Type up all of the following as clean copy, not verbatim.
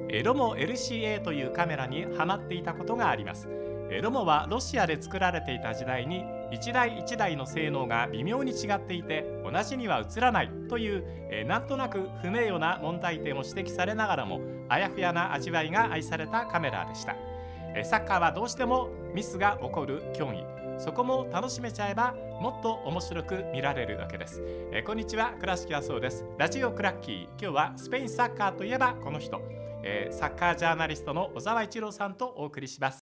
ロモ LCA というカメラにハマっていたことがあります。ロモはロシアで作られていた時代に一台一台の性能が微妙に違っていて同じには映らないという、なんとなく不名誉な問題点を指摘されながらもあやふやな味わいが愛されたカメラでした。サッカーはどうしてもミスが起こる競技、そこも楽しめちゃえばもっと面白く見られるわけです。こんにちは、倉敷麻生です。ラジオクラッキー、今日はスペインサッカーといえばこの人、サッカージャーナリストの小沢一郎さんとお送りします。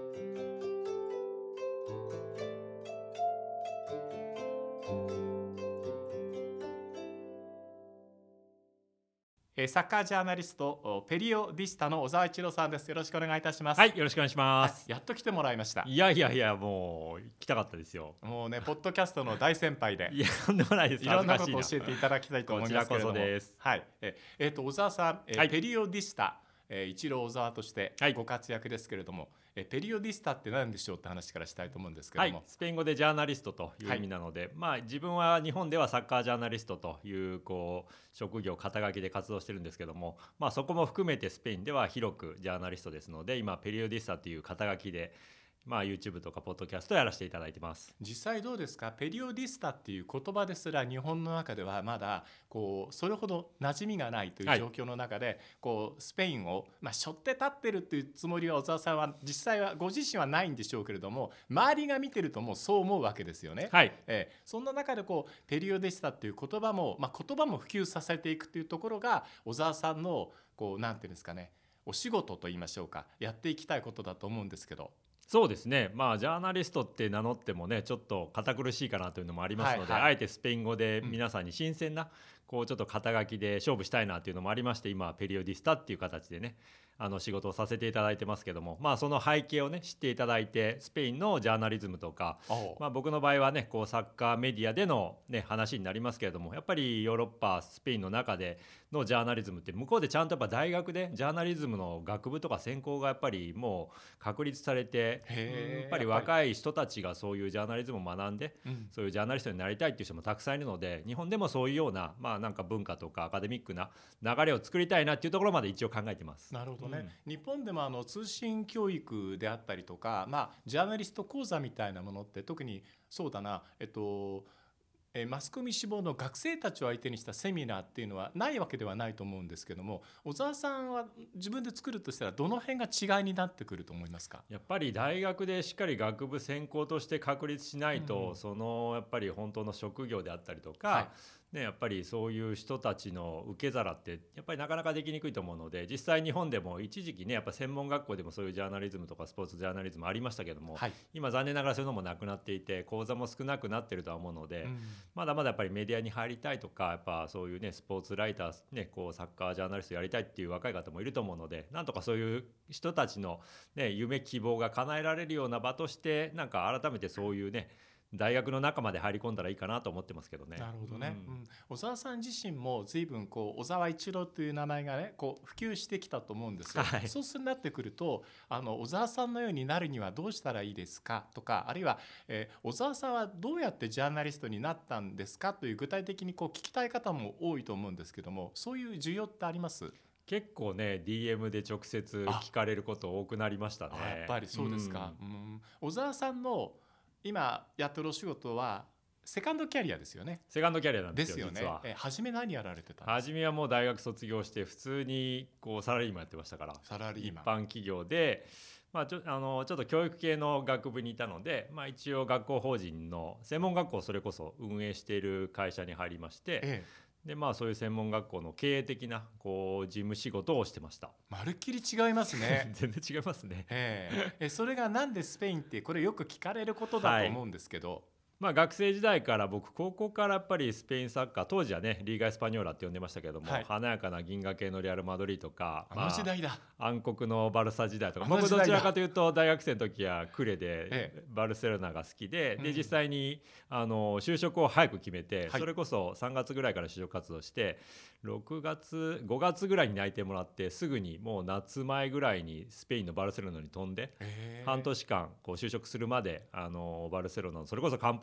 サッカージャーナリストペリオディスタの小沢一郎さんです。よろしくお願いいたします。 はい、よろしくお願いします。 やっと来てもらいました。 いやもう来たかったですよ。 もうね、ポッドキャストの大先輩でいや、とんでもないです。 いろんなことを教えていただきたいと思いますけれども、 こちらこそです。 はい。小沢さん、 はい、 ペリオディスタ、一郎小沢としてはいご活躍ですけれども、ペリオディスタって何でしょうって話からしたいと思うんですけれども、 はい、スペイン語でジャーナリストという意味なので、自分は日本ではサッカージャーナリストという職業肩書きで活動してるんですけども、そこも含めてスペインでは広くジャーナリストですので、今ペリオディスタという肩書きでYouTube とかポッドキャストやらせていただいてます。 実際どうですか？ペリオディスタっていう言葉ですら日本の中ではまだそれほど馴染みがないという状況の中で、スペインを背負って立ってるっていうつもりは小沢さんは実際はご自身はないんでしょうけれども、周りが見てるともうそう思うわけですよね。 はい、 そんな中でペリオディスタっていう言葉も、言葉も普及させていくっていうところが小沢さんのなんていうんですかね、お仕事と言いましょうか、やっていきたいことだと思うんですけど。 そうですね、ジャーナリストって名乗ってもねちょっと堅苦しいかなというのもありますので、あえてスペイン語で皆さんに新鮮なちょっと肩書きで勝負したいなというのもありまして、今ペリオディスタっていう形でね仕事をさせていただいてますけども、その背景をね知っていただいて、スペインのジャーナリズムとか、僕の場合はねサッカーメディアでの、話になりますけれども、やっぱりヨーロッパスペインの中でのジャーナリズムって向こうでちゃんとやっぱ大学でジャーナリズムの学部とか専攻がやっぱりもう確立されて、やっぱり若い人たちがそういうジャーナリズムを学んで、そういうジャーナリストになりたいっていう人もたくさんいるので、日本でもそういうようななんか文化とかアカデミックな流れを作りたいなっていうところまで一応考えてます。 なるほどね。日本でも通信教育であったりとか、ジャーナリスト講座みたいなものって特にそうだな、マスコミ志望の学生たちを相手にしたセミナーっていうのはないわけではないと思うんですけども、小沢さんは自分で作るとしたらどの辺が違いになってくると思いますか？ やっぱり大学でしっかり学部専攻として確立しないと、やっぱり本当の職業であったりとか、やっぱりそういう人たちの受け皿ってやっぱりなかなかできにくいと思うので、実際日本でも一時期ねやっぱ専門学校でもそういうジャーナリズムとかスポーツジャーナリズムありましたけども、今残念ながらそういうのもなくなっていて講座も少なくなってるとは思うので、まだまだやっぱりメディアに入りたいとか、やっぱそういうねスポーツライターねサッカージャーナリストやりたいっていう若い方もいると思うので、なんとかそういう人たちのね夢希望が叶えられるような場として、なんか改めてそういうね大学の中まで入り込んだらいいかなと思ってますけどね。 なるほどね。小沢さん自身も随分小沢一郎という名前がね普及してきたと思うんですよ。そうするなってくると小沢さんのようになるにはどうしたらいいですかとか、あるいは、小沢さんはどうやってジャーナリストになったんですかという具体的に聞きたい方も多いと思うんですけども、そういう需要ってあります？ 結構ね DM で直接聞かれること多くなりましたね。 やっぱりそうですか。小沢さんの今やってるお仕事はセカンドキャリアですよね。 セカンドキャリアなんですよね。 実は。 初め何やられてたんですか？ 初めはもう大学卒業して普通にサラリーマンやってましたから。 サラリーマン。 一般企業で、ちょっと教育系の学部にいたので、一応学校法人の専門学校をそれこそ運営している会社に入りまして、でそういう専門学校の経営的な事務仕事をしてました。 まるっきり違いますね。 全然違いますね。 それがなんでスペインってこれよく聞かれることだと思うんですけど、 学生時代から僕高校からやっぱりスペインサッカー、当時はねリーガエスパニョーラって呼んでましたけども、華やかな銀河系のレアル・マドリーとか、 時代だ、 暗黒のバルサ時代とか、僕どちらかというと大学生の時はクレでバルセロナが好きで、実際に就職を早く決めて、それこそ3月ぐらいから就職活動して5月ぐらいに内定もらって、すぐにもう夏前ぐらいにスペインのバルセロナに飛んで、半年間就職するまでバルセロナのそれこそカンポ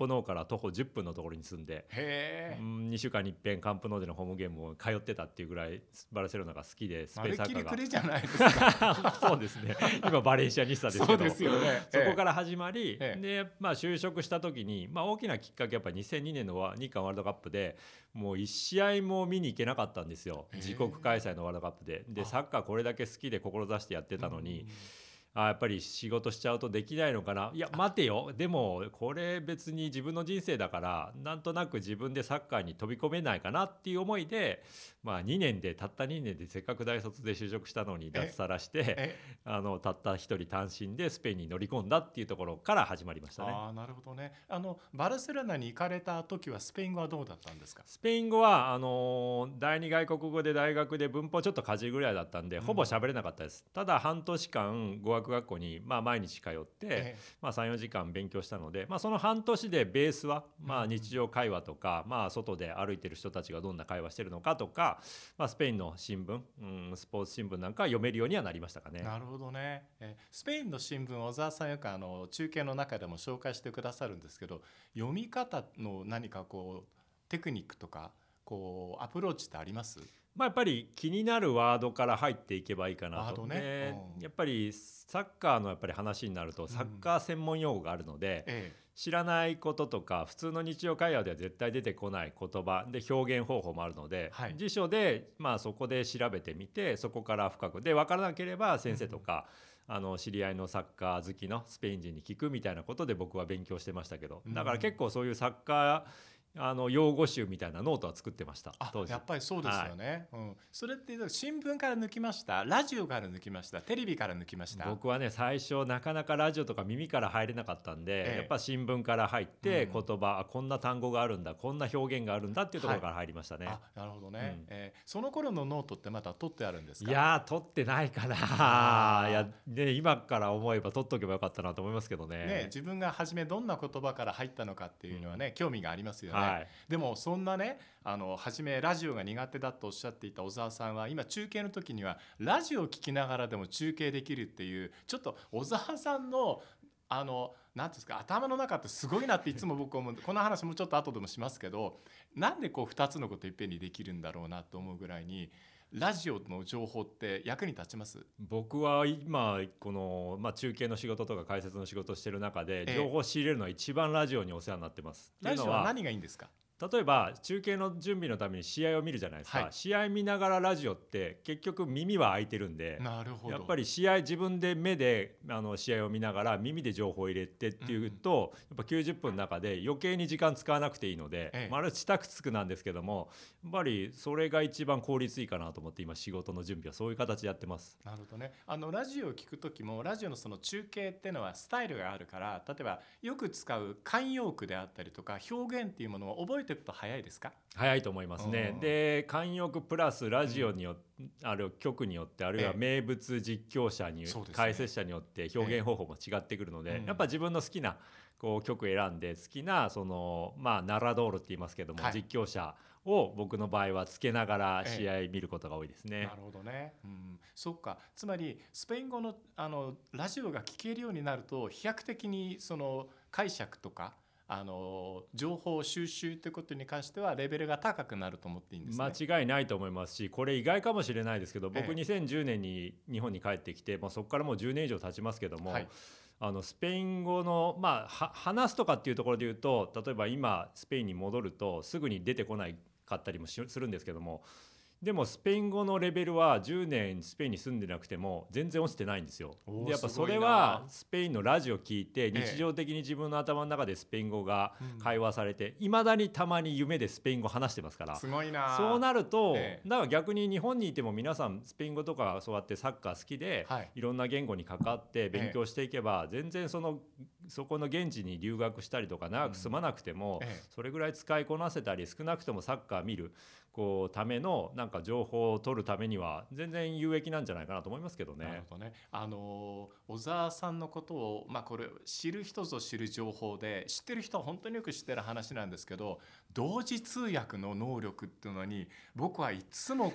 プノーから徒歩10分のところに住んで、2週間に一遍カンプノーでのホームゲームを通ってたっていうぐらいバルセロナが好きで、スペインサッカーがまるっきりクレじゃないですかそうですね、今バレンシアニスタですけど、 そうですよね、 そこから始まり、で、就職した時に、大きなきっかけやっぱり2002年の日韓ワールドカップでもう1試合も見に行けなかったんですよ、自国開催のワールドカップで。サッカーこれだけ好きで志してやってたのに、やっぱり仕事しちゃうとできないのかな、いや待てよ、でもこれ別に自分の人生だからなんとなく自分でサッカーに飛び込めないかなっていう思いで、たった2年でせっかく大卒で就職したのに脱サラしてたった一人単身でスペインに乗り込んだっていうところから始まりましたね。 なるほどね。バルセロナに行かれた時はスペイン語はどうだったんですか？ スペイン語は第二外国語で大学で文法ちょっとかじるぐらいだったんで、ほぼ喋れなかったです。ただ半年間語学学校に毎日通って、3、4時間勉強したので、その半年でベースは日常会話とか、外で歩いてる人たちがどんな会話してるのかとか、スペインの新聞、スポーツ新聞なんか読めるようにはなりましたかね。 なるほどね。スペインの新聞、小沢さんよく中継の中でも紹介してくださるんですけど、読み方の何かテクニックとかアプローチってあります？ やっぱり気になるワードから入っていけばいいかなと。やっぱりサッカーの話になるとサッカー専門用語があるので、知らないこととか普通の日常会話では絶対出てこない言葉で表現方法もあるので、辞書でそこで調べてみて、そこから深くで分からなければ先生とか、知り合いのサッカー好きのスペイン人に聞くみたいなことで僕は勉強してましたけど、だから結構そういうサッカー用語集みたいなノートは作ってました当時。 やっぱりそうですよね、それって新聞から抜きました？ラジオから抜きました？テレビから抜きました？ 僕はね、最初なかなかラジオとか耳から入れなかったんで、やっぱ新聞から入って言葉、こんな単語があるんだ、こんな表現があるんだっていうところから入りましたね。 なるほどね、その頃のノートってまだ取ってあるんですか？ いや取ってないかな。いやで今から思えば取っとけばよかったなと思いますけどね。 自分が初めどんな言葉から入ったのかっていうのはね、興味がありますよね。でもそんなね、初めラジオが苦手だとおっしゃっていた小沢さんは今中継の時にはラジオを聞きながらでも中継できるっていう、ちょっと小沢さんのなんていうんですか、頭の中ってすごいなっていつも僕思う。この話もちょっと後でもしますけど、なんで2つのこといっぺんにできるんだろうなと思うぐらいに、ラジオの情報って役に立ちます？ 僕は今この、中継の仕事とか解説の仕事をしてる中で、情報を仕入れるのは一番ラジオにお世話になってます。 ラジオは何がいいんですか？ 例えば中継の準備のために試合を見るじゃないですか、試合見ながらラジオって結局耳は開いてるんで、 なるほど、 やっぱり自分で目で試合を見ながら耳で情報を入れてっていうと、やっぱ90分の中で余計に時間使わなくていいので、マルチタスクなんですけども、やっぱりそれが一番効率いいかなと思って今仕事の準備はそういう形でやってます。 なるほどね。ラジオを聞く時もラジオのその中継っていうのはスタイルがあるから、例えばよく使う慣用句であったりとか表現っていうものを覚えていくと早いですか？ 早いと思いますね。で慣用句プラスラジオによって、ある局によって、あるいは名物実況者に、解説者によって表現方法も違ってくるので、やっぱ自分の好きな曲選んで、好きなナラドールって言いますけども、実況者を僕の場合はつけながら試合見ることが多いですね。 なるほどね、そっか。つまりスペイン語のラジオが聞けるようになると、飛躍的にその解釈とか情報収集ってことに関してはレベルが高くなると思っていいんですね。 間違いないと思いますし、これ意外かもしれないですけど、僕2010年に日本に帰ってきて、そこからもう10年以上経ちますけども、スペイン語の、話すとかっていうところで言うと、例えば今スペインに戻るとすぐに出てこないかったりもするんですけども、でもスペイン語のレベルは10年スペインに住んでなくても全然落ちてないんですよ。でやっぱそれはスペインのラジオ聞いて日常的に自分の頭の中でスペイン語が会話されて、いまだにたまに夢でスペイン語話してますから。 すごいな。 そうなると、だから逆に日本にいても皆さんスペイン語とかそうやってサッカー好きで、いろんな言語に関わって勉強していけば、全然そこの現地に留学したりとか長く住まなくても、それぐらい使いこなせたり、少なくともサッカー見るためのなんか情報を取るためには全然有益なんじゃないかなと思いますけどね。 なるほどね。小沢さんのことを、これ知る人ぞ知る情報で、知ってる人は本当によく知ってる話なんですけど、同時通訳の能力っていうのに僕はいつも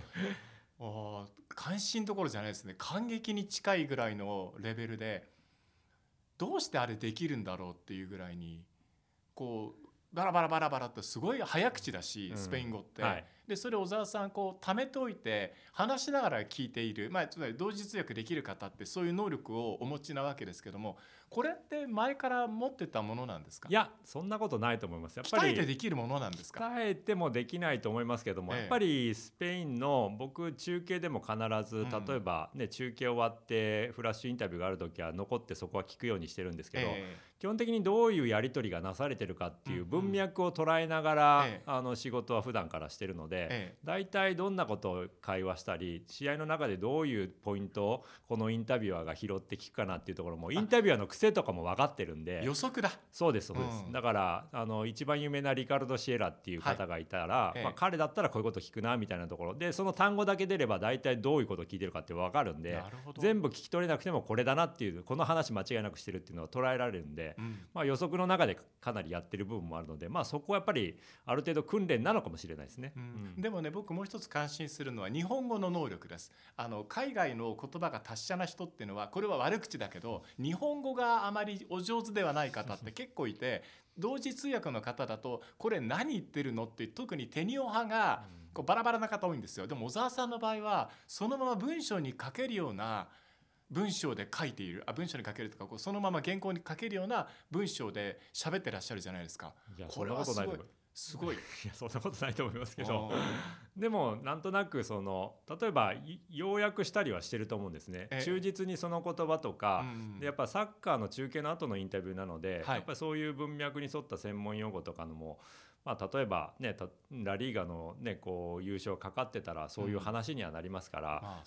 関心どころじゃないですね、感激に近いぐらいのレベルで、どうしてあれできるんだろうっていうぐらいにこうバラバラバラバラってすごい早口だし、スペイン語って、でそれを小沢さんこう貯めておいて話しながら聞いている、つまり同時通訳できる方ってそういう能力をお持ちなわけですけども、これって前から持ってたものなんですか？ いや、そんなことないと思います。やっぱり鍛えてできるものなんですか？ 鍛えてもできないと思いますけども、やっぱりスペインの僕中継でも必ず例えばね、中継終わってフラッシュインタビューがある時は残ってそこは聞くようにしてるんですけど、基本的にどういうやり取りがなされてるかっていう文脈を捉えながら、仕事は普段からしてるので、大体どんなことを会話したり試合の中でどういうポイントをこのインタビュアーが拾って聞くかなっていうところもインタビュアーの癖とかも分かってるんで。 予測だ。 そうですそうです、だから一番有名なリカルド・シエラっていう方がいたら、彼だったらこういうこと聞くなみたいなところで、その単語だけ出れば大体どういうことを聞いてるかって分かるんで、全部聞き取れなくてもこれだなっていう、この話間違いなくしてるっていうのは捉えられるんで、予測の中でかなりやってる部分もあるので、そこはやっぱりある程度訓練なのかもしれないですね。 でもね、僕もう一つ感心するのは日本語の能力です。海外の言葉が達者な人っていうのは、これは悪口だけど日本語があまりお上手ではない方って結構いて、同時通訳の方だとこれ何言ってるのって特にテニオ派がこうバラバラな方多いんですよ。でも小沢さんの場合はそのまま文章に書けるような文章で書いている、文章に書けるとか、こうそのまま原稿に書けるような文章で喋ってらっしゃるじゃないですか。 これはすごい。 すごい。 いや、そんなことないと思いますけど、でもなんとなく例えば要約したりはしてると思うんですね。忠実にその言葉とか、でやっぱサッカーの中継の後のインタビューなので、やっぱりそういう文脈に沿った専門用語とかのも、例えばね、ラリーガのねこう優勝かかってたらそういう話にはなりますから、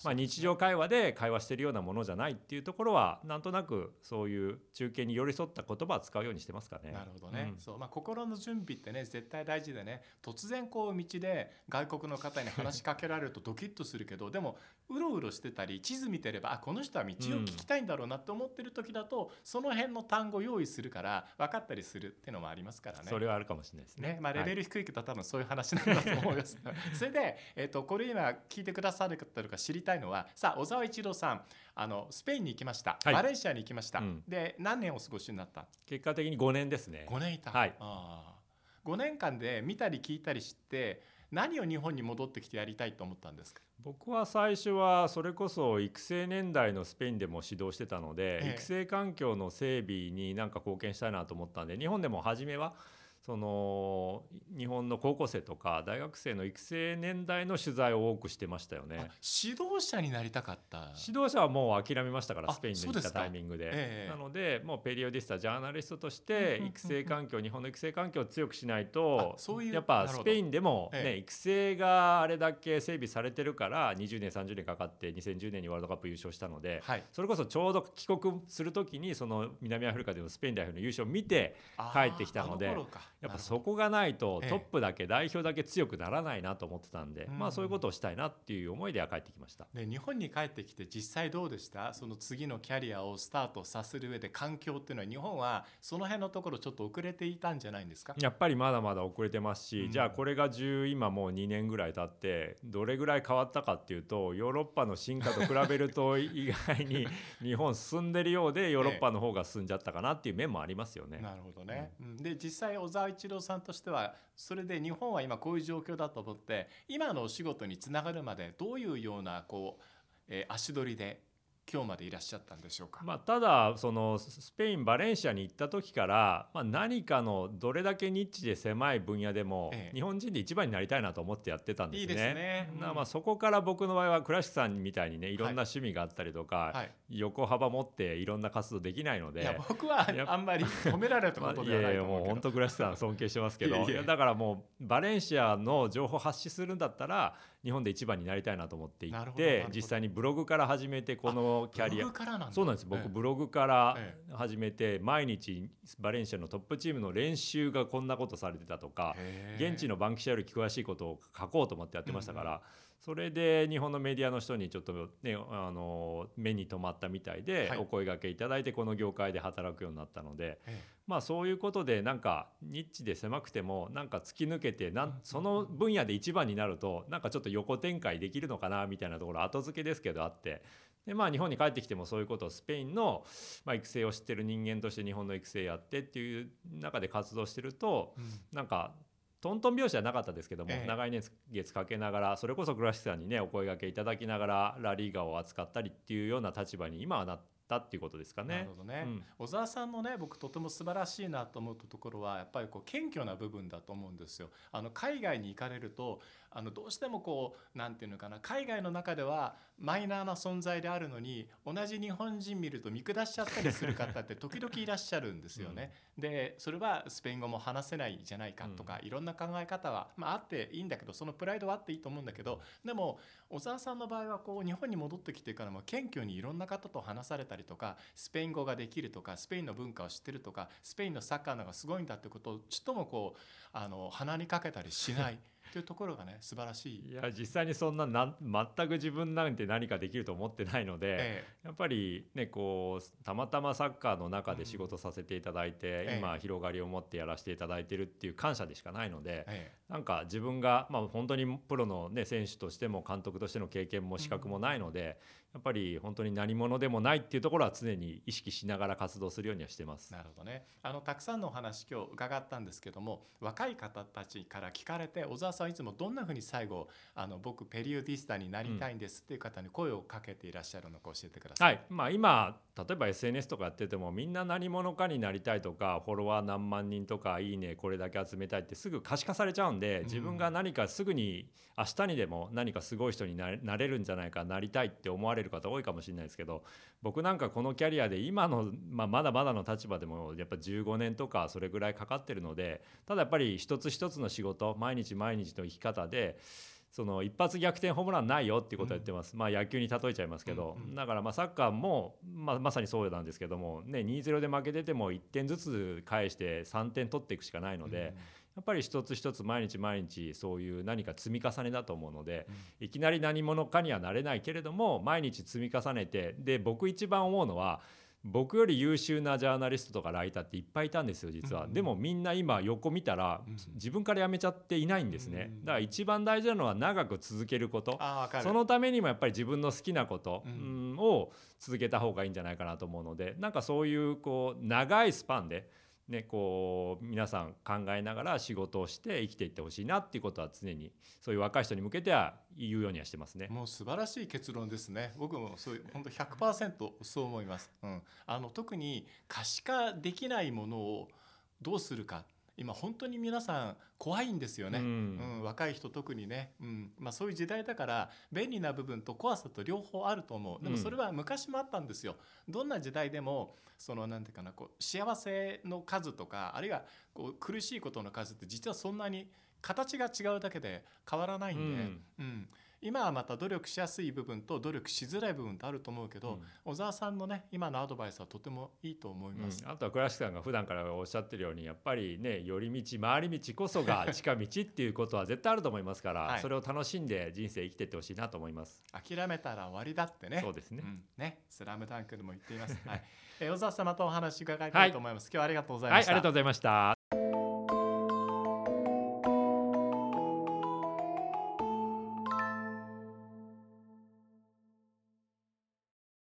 日常会話で会話してるようなものじゃないっていうところはなんとなくそういう中継に寄り添った言葉を使うようにしてますかね。 なるほどね。心の準備ってね絶対大事でね、突然こう道で外国の方に話しかけられるとドキッとするけど、でもうろうろしてたり地図見てれば、この人は道を聞きたいんだろうなって思ってる時だと、その辺の単語用意するから分かったりするっていうのもありますからね。 それはあるかもしれないですね。 レベル低いけど多分そういう話なんだと思いますそれで、これ今聞いてくださる方とか知りたいのは、さあ小沢一郎さんスペインに行きました、バレンシアに行きました、で何年お過ごしになった？ 結果的に5年ですね。 5年いた、5年間で見たり聞いたりして何を日本に戻ってきてやりたいと思ったんですか？ 僕は最初はそれこそ育成年代のスペインでも指導してたので、育成環境の整備になんか貢献したいなと思ったんで、日本でも初めは日本の高校生とか大学生の育成年代の取材を多くしてましたよね。 指導者になりたかった？ 指導者はもう諦めましたから、スペインに行ったタイミングで、なのでもうペリオディスタジャーナリストとして育成環境、日本の育成環境を強くしないと、やっぱスペインでも、育成があれだけ整備されてるから20年30年かかって2010年にワールドカップ優勝したので、それこそちょうど帰国する時にその南アフリカでのスペイン代表の優勝を見て帰ってきたので、やっぱそこがないとトップだけ、代表だけ強くならないなと思ってたんで、そういうことをしたいなっていう思いでは帰ってきました。 で日本に帰ってきて実際どうでした？その次のキャリアをスタートさせる上で環境っていうのは、日本はその辺のところちょっと遅れていたんじゃないんですか？ やっぱりまだまだ遅れてますし、じゃあこれが今もう2年ぐらい経ってどれぐらい変わったかっていうと、ヨーロッパの進化と比べると意外に日本進んでるようでヨーロッパの方が進んじゃったかなっていう面もありますよね。 なるほどね。で実際小沢一郎さんとしてはそれで日本は今こういう状況だと思って今のお仕事につながるまでどういうような足取りで今日までいらっしゃったんでしょうか？ ただそのスペインバレンシアに行った時から、何かのどれだけニッチで狭い分野でも、日本人で一番になりたいなと思ってやってたんですね。いいですね。そこから僕の場合は倉敷さんみたいにね、いろんな趣味があったりとか、横幅持っていろんな活動できないので、 いや僕はあんまり褒められたことではないと思うけど、 もう本当倉敷さん尊敬してますけどだからもうバレンシアの情報発信するんだったら日本で一番になりたいなと思って行って、実際にブログから始めてこのキャリア、そうなんです。僕ブログから始めて毎日バレンシアのトップチームの練習がこんなことされてたとか、現地の番記者より詳しいことを書こうと思ってやってましたから、 それで日本のメディアの人にちょっとね目に留まったみたいで、お声掛けいただいてこの業界で働くようになったので、まあそういうことでなんかニッチで狭くてもなんか突き抜けてその分野で一番になるとなんかちょっと横展開できるのかなみたいなところ後付けですけどあって、でまあ日本に帰ってきてもそういうことをスペインの育成を知ってる人間として日本の育成やってっていう中で活動してると、なんかトントン拍子じゃなかったですけども、長い年月かけながらそれこそ倉敷さんにねお声掛けいただきながらラリーガを扱ったりっていうような立場に今はなったっていうことですかね。 なるほどね、小沢さんのね僕とても素晴らしいなと思うところはやっぱりこう謙虚な部分だと思うんですよ。海外に行かれるとどうしてもこうなんていうのかな、海外の中ではマイナーな存在であるのに同じ日本人見ると見下しちゃったりする方って時々いらっしゃるんですよね。でそれはスペイン語も話せないじゃないかとか、いろんな考え方は、あっていいんだけど、そのプライドはあっていいと思うんだけど、でも小沢さんの場合はこう日本に戻ってきてからも謙虚にいろんな方と話されたりとか、スペイン語ができるとかスペインの文化を知ってるとかスペインのサッカーのがすごいんだってことをちっともこう鼻にかけたりしないというところがね素晴らしい。 いや実際にそんな全く自分なんて何かできると思ってないので、やっぱりねこうたまたまサッカーの中で仕事させていただいて、今広がりを持ってやらせていただいてるっていう感謝でしかないので、なんか自分が本当にプロのね選手としても監督としての経験も資格もないので、やっぱり本当に何者でもないっていうところは常に意識しながら活動するようにはしてます。 なるほどね。たくさんのお話今日伺ったんですけども、若い方たちから聞かれて小沢さんはいつもどんなふうに最後僕ペリオディスタになりたいんですっていう方に声をかけていらっしゃるのか教えてください。 今例えば SNS とかやっててもみんな何者かになりたいとかフォロワー何万人とかいいねこれだけ集めたいってすぐ可視化されちゃうんで、自分が何かすぐに明日にでも何かすごい人になれるんじゃないか、なりたいって思われる方多いかもしれないですけど、僕なんかこのキャリアで今の、まだまだの立場でもやっぱ15年とかそれぐらいかかってるので、ただやっぱり一つ一つの仕事毎日毎日の生き方でその一発逆転ホームランないよっていうことを言ってます。野球に例えちゃいますけど、だからサッカーも、まさにそうなんですけども、ね、2-0で負けてても1点ずつ返して3点取っていくしかないので、やっぱり一つ一つ毎日毎日そういう何か積み重ねだと思うので、いきなり何者かにはなれないけれども毎日積み重ねて、で僕一番思うのは僕より優秀なジャーナリストとかライターっていっぱいいたんですよ実は。でもみんな今横見たら自分から辞めちゃっていないんですね。だから一番大事なのは長く続けること、そのためにもやっぱり自分の好きなことを続けた方がいいんじゃないかなと思うので、なんかそういうこう長いスパンでね、こう皆さん考えながら仕事をして生きていってほしいなっていうことは常にそういう若い人に向けては言うようにはしてますね。 もう素晴らしい結論ですね。僕もそういう本当 100% そう思います、特に可視化できないものをどうするか、今本当に皆さん怖いんですよね、若い人特にね、そういう時代だから便利な部分と怖さと両方あると思う。でもそれは昔もあったんですよ。どんな時代でもそのなんていうかな、こう幸せの数とかあるいはこう苦しいことの数って実はそんなに形が違うだけで変わらないんで、今はまた努力しやすい部分と努力しづらい部分とあると思うけど、小沢さんのね今のアドバイスはとてもいいと思います、 あとは倉敷さんが普段からおっしゃってるようにやっぱりね寄り道回り道こそが近道っていうことは絶対あると思いますから、それを楽しんで人生生きていってほしいなと思います。 諦めたら終わりだってね。 そうですね、 スラムダンクでも言っています、小沢さんまたお話伺いたいと思います、今日はありがとうございました。 ありがとうございました。